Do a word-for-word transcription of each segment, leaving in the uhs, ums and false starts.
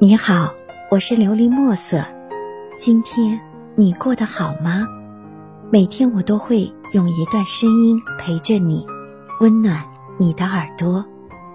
你好，我是琉璃墨色。今天你过得好吗？每天我都会用一段声音陪着你，温暖你的耳朵。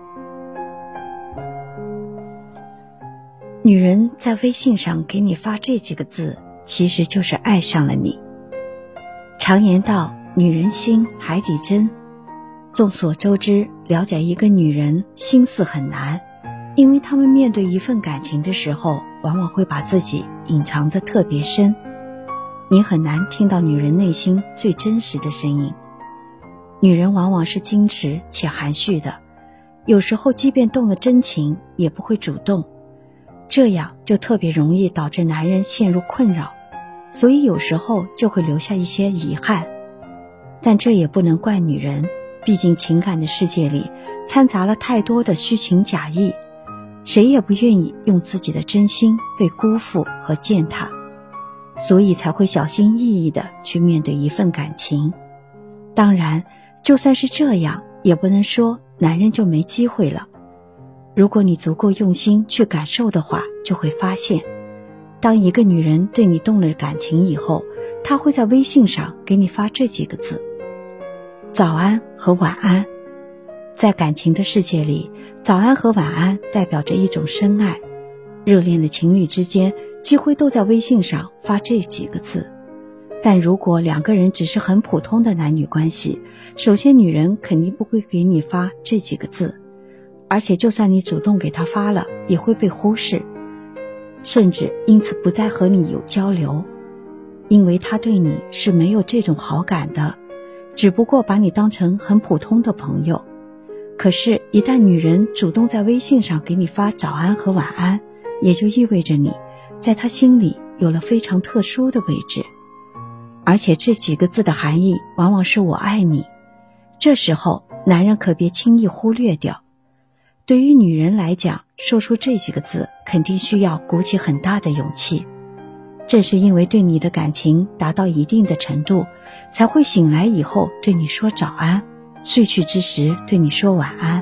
女人在微信上给你发这几个字，其实就是爱上了你。常言道，女人心海底针。众所周知，了解一个女人心思很难，因为她们面对一份感情的时候，往往会把自己隐藏得特别深。你很难听到女人内心最真实的声音。女人往往是矜持且含蓄的，有时候即便动了真情，也不会主动，这样就特别容易导致男人陷入困扰，所以有时候就会留下一些遗憾。但这也不能怪女人，毕竟情感的世界里掺杂了太多的虚情假意，谁也不愿意用自己的真心被辜负和践踏，所以才会小心翼翼地去面对一份感情。当然，就算是这样，也不能说男人就没机会了。如果你足够用心去感受的话，就会发现，当一个女人对你动了感情以后，她会在微信上给你发这几个字：早安和晚安。在感情的世界里，早安和晚安代表着一种深爱。热恋的情侣之间几乎都在微信上发这几个字。但如果两个人只是很普通的男女关系，首先女人肯定不会给你发这几个字，而且就算你主动给她发了，也会被忽视，甚至因此不再和你有交流，因为她对你是没有这种好感的，只不过把你当成很普通的朋友。可是一旦女人主动在微信上给你发早安和晚安，也就意味着你在她心里有了非常特殊的位置。而且这几个字的含义往往是我爱你，这时候男人可别轻易忽略掉。对于女人来讲，说出这几个字肯定需要鼓起很大的勇气。正是因为对你的感情达到一定的程度，才会醒来以后对你说早安，睡去之时对你说晚安。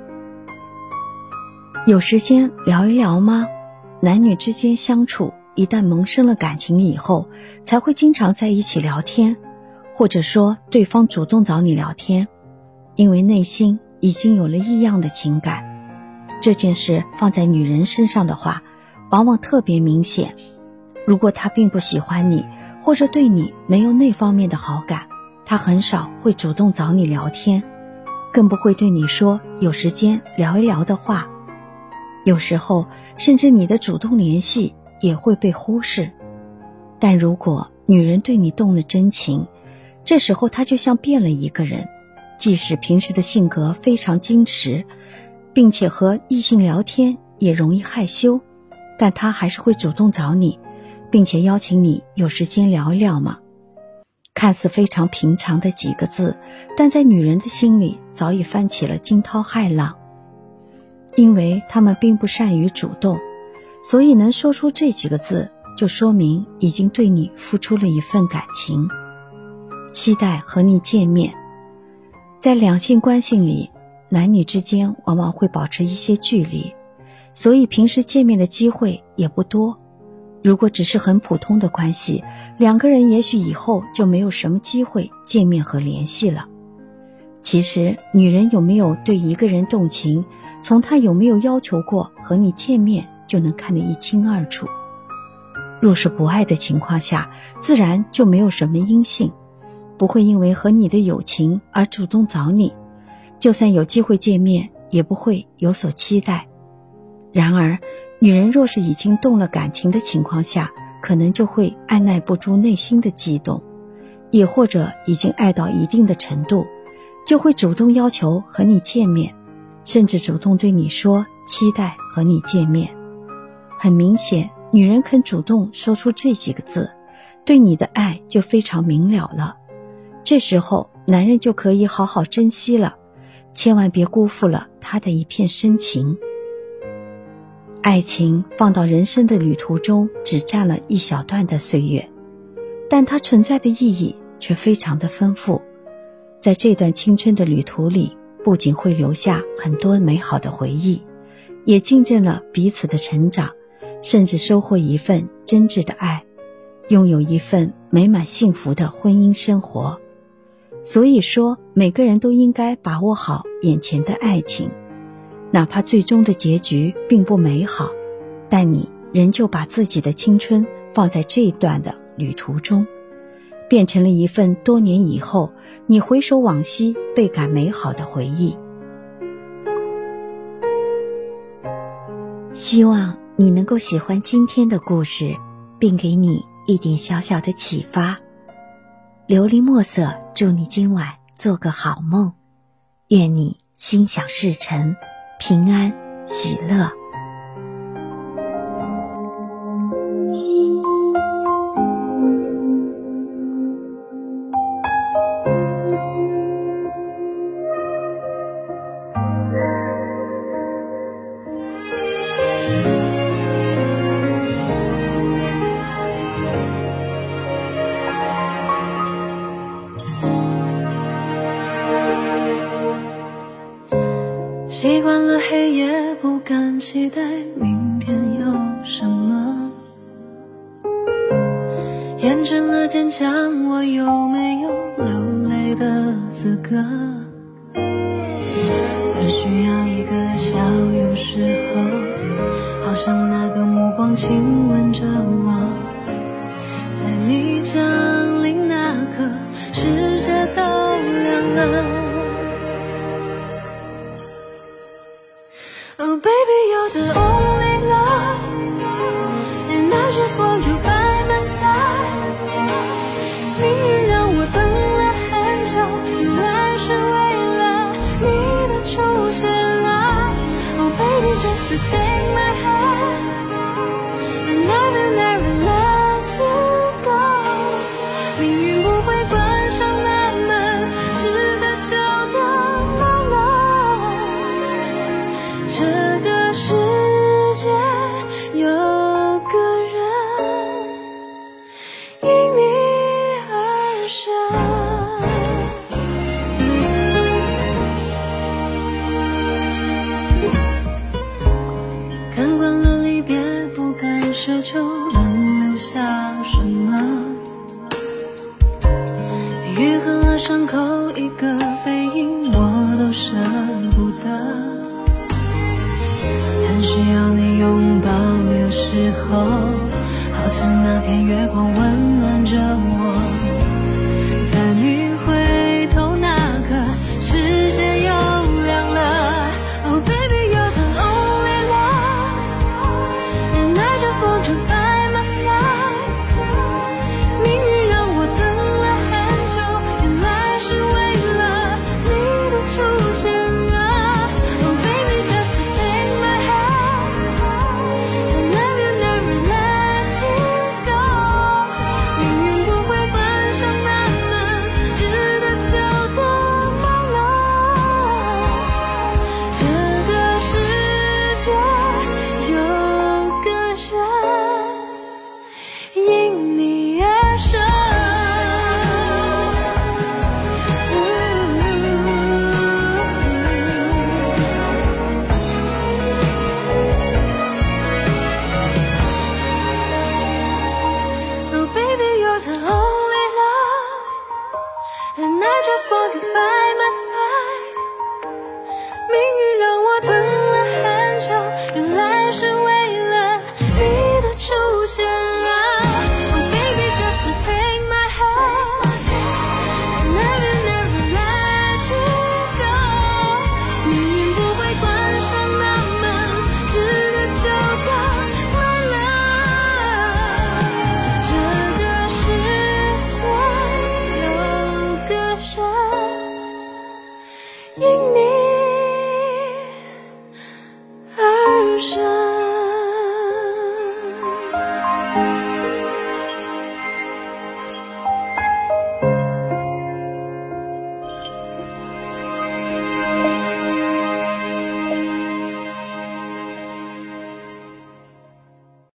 有时间聊一聊吗？男女之间相处，一旦萌生了感情以后，才会经常在一起聊天，或者说对方主动找你聊天，因为内心已经有了异样的情感。这件事放在女人身上的话，往往特别明显。如果她并不喜欢你，或者对你没有那方面的好感，她很少会主动找你聊天，更不会对你说有时间聊一聊的话。有时候甚至你的主动联系也会被忽视。但如果女人对你动了真情，这时候她就像变了一个人，即使平时的性格非常矜持，并且和异性聊天也容易害羞，但她还是会主动找你，并且邀请你有时间聊一聊嘛。看似非常平常的几个字，但在女人的心里早已翻起了惊涛骇浪。因为她们并不善于主动，所以能说出这几个字，就说明已经对你付出了一份感情，期待和你见面。在两性关系里，男女之间往往会保持一些距离，所以平时见面的机会也不多。如果只是很普通的关系，两个人也许以后就没有什么机会见面和联系了。其实女人有没有对一个人动情，从她有没有要求过和你见面就能看得一清二楚。若是不爱的情况下，自然就没有什么音信，不会因为和你的友情而主动找你，就算有机会见面，也不会有所期待。然而女人若是已经动了感情的情况下，可能就会按耐不住内心的悸动，也或者已经爱到一定的程度，就会主动要求和你见面，甚至主动对你说期待和你见面。很明显，女人肯主动说出这几个字，对你的爱就非常明了了。这时候男人就可以好好珍惜了，千万别辜负了他的一片深情。爱情放到人生的旅途中只占了一小段的岁月，但它存在的意义却非常的丰富。在这段青春的旅途里，不仅会留下很多美好的回忆，也见证了彼此的成长， 甚至收获一份真挚的爱，拥有一份美满幸福的婚姻生活。所以说，每个人都应该把握好眼前的爱情，哪怕最终的结局并不美好，但你仍旧把自己的青春放在这一段的旅途中，变成了一份多年以后你回首往昔倍感美好的回忆。希望你能够喜欢今天的故事，并给你一点小小的启发。琉璃墨色祝你今晚做个好梦，愿你心想事成，平安喜乐。 习惯了黑夜，不敢期待明天有什么，厌倦了坚强，我有没有流泪的资格？很需要一个笑，有时候好像那个目光亲吻着我，在你降临那刻，世界都亮了。Oh baby, you're the only love, and I just want you by my side. 命运让我等了很久，原来是为了你的出现啊。Oh baby, just to take my hand, I never never let you go. 命运不会关上那门，值得就等到了。这个世界有个人因你而生。看惯了离别，不敢奢求能留下什么，愈合了伤口，一个背影我都舍不得。很需要你拥抱，有时候好像那片月光温暖着我，